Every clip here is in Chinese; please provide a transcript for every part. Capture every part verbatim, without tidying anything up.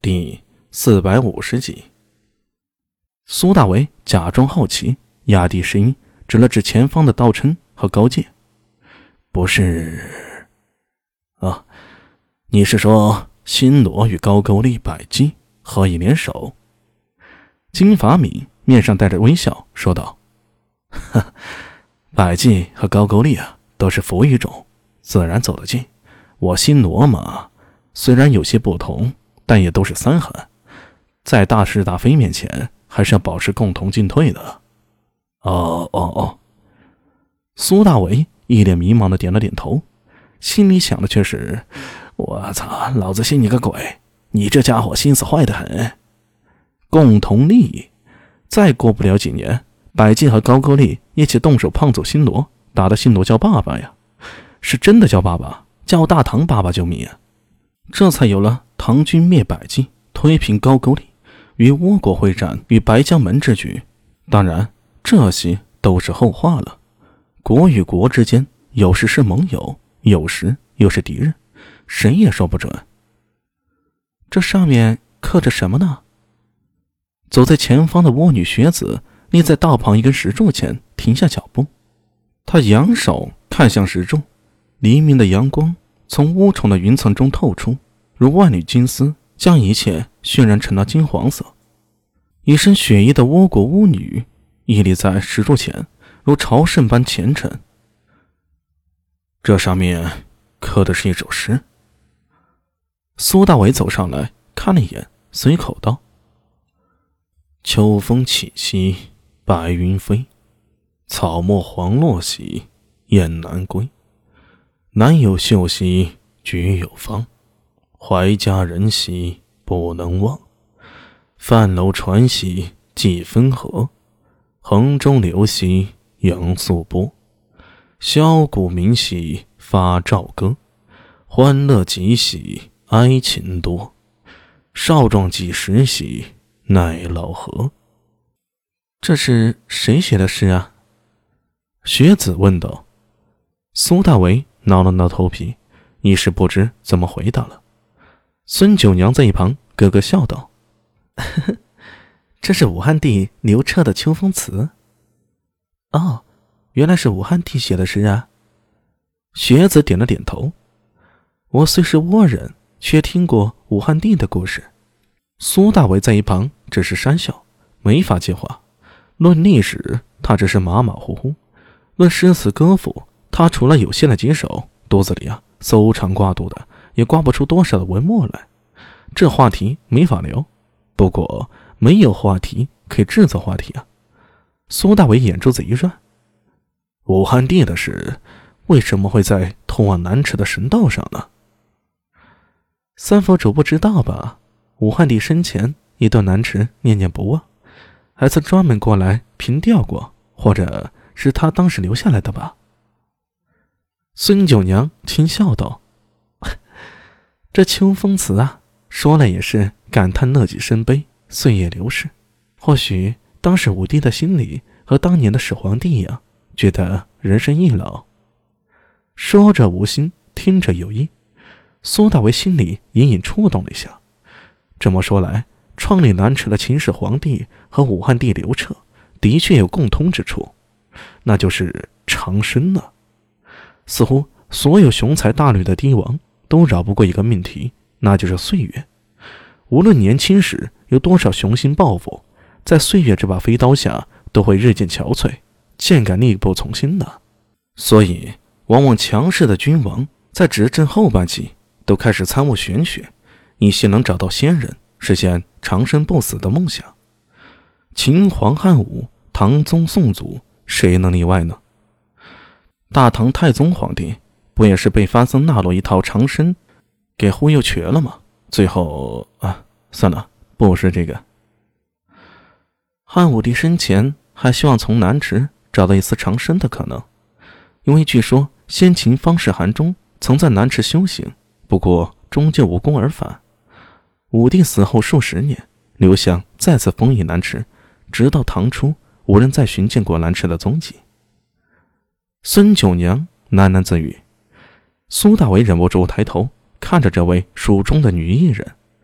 第四百五十集。苏大为假装好奇，压低声音指了指前方的刀琛和高剑。不是啊，你是说新罗与高句丽百济合以联手？金法敏面上带着微笑说道：呵，百济和高句丽啊都是腐语种，自然走得近。我新罗嘛，虽然有些不同，但也都是三韩，在大是大非面前还是要保持共同进退的。哦哦哦，苏大为一脸迷茫的点了点头，心里想的却是：我操，老子信你个鬼！你这家伙心思坏得很。共同利益，再过不了几年，百济和高句丽一起动手胖揍新罗，打得新罗叫爸爸呀，是真的叫爸爸，叫大唐爸爸救命啊！这才有了唐军灭百济、推平高句丽、与倭国会战与白江门之举。当然，这些都是后话了。国与国之间，有时是盟友，有时又是敌人，谁也说不准。这上面刻着什么呢？走在前方的倭女学子立在道旁一根石柱前，停下脚步。她扬手看向石柱，黎明的阳光从乌重的云层中透出，如万缕金丝，将一切渲染成了金黄色。一身血衣的倭国巫女屹立在石柱前，如朝圣般虔诚。这上面刻的是一首诗。苏大伟走上来看了一眼，随口道：秋风起兮白云飞，草没黄落兮雁南归。南有秀兮菊有芳，怀佳人兮不能忘。范楼船兮济分河，衡中流兮扬素波。箫鼓鸣兮发棹歌，欢乐极兮哀琴多。少壮几时兮奈老何。这是谁写的诗啊？学子问道。苏大为挠了挠头皮，一时不知怎么回答了。孙九娘在一旁咯咯笑道：呵呵，这是武汉帝刘彻的秋风词。哦，原来是武汉帝写的诗啊。学子点了点头。我虽是倭人，却听过武汉帝的故事。苏大为在一旁只是讪笑，没法接话。论历史，他只是马马虎虎；论诗词歌赋，他除了有限的几首，肚子里啊搜肠刮肚的，也刮不出多少的文墨来。这话题没法聊。不过没有话题可以制造话题啊。苏大伟眼珠子一转，武汉帝的事为什么会在通往南池的神道上呢？三佛主不知道吧？武汉帝生前也对南池念念不忘，还曾专门过来凭吊过，或者是他当时留下来的吧。孙九娘轻笑道：这秋风词啊，说了也是感叹乐极生悲，岁月流逝。或许当时武帝的心里和当年的始皇帝一样，觉得人生易老。说者无心，听者有意。苏大为心里隐隐触动了一下。这么说来，创立南池的秦始皇帝和武汉帝刘彻的确有共通之处，那就是长生了。似乎所有雄才大略的帝王都绕不过一个命题，那就是岁月。无论年轻时有多少雄心抱负，在岁月这把飞刀下都会日渐憔悴，渐感力不从心的。所以往往强势的君王在执政后半期都开始参悟玄学，以希能找到仙人，实现长生不死的梦想。秦皇汉武、唐宗宋祖，谁能例外呢？大唐太宗皇帝不也是被发僧纳罗一套长生给忽悠瘸了吗？最后啊，算了，不是这个。汉武帝生前还希望从南池找到一丝长生的可能，因为据说先秦方士韩忠曾在南池修行，不过终究无功而返。武帝死后数十年，刘向再次封印南池，直到唐初无人再寻见过南池的踪迹。孙九娘喃喃自语。苏大为忍不住抬头看着这位蜀中的女艺人，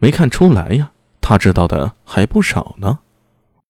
没看出来呀，他知道的还不少呢。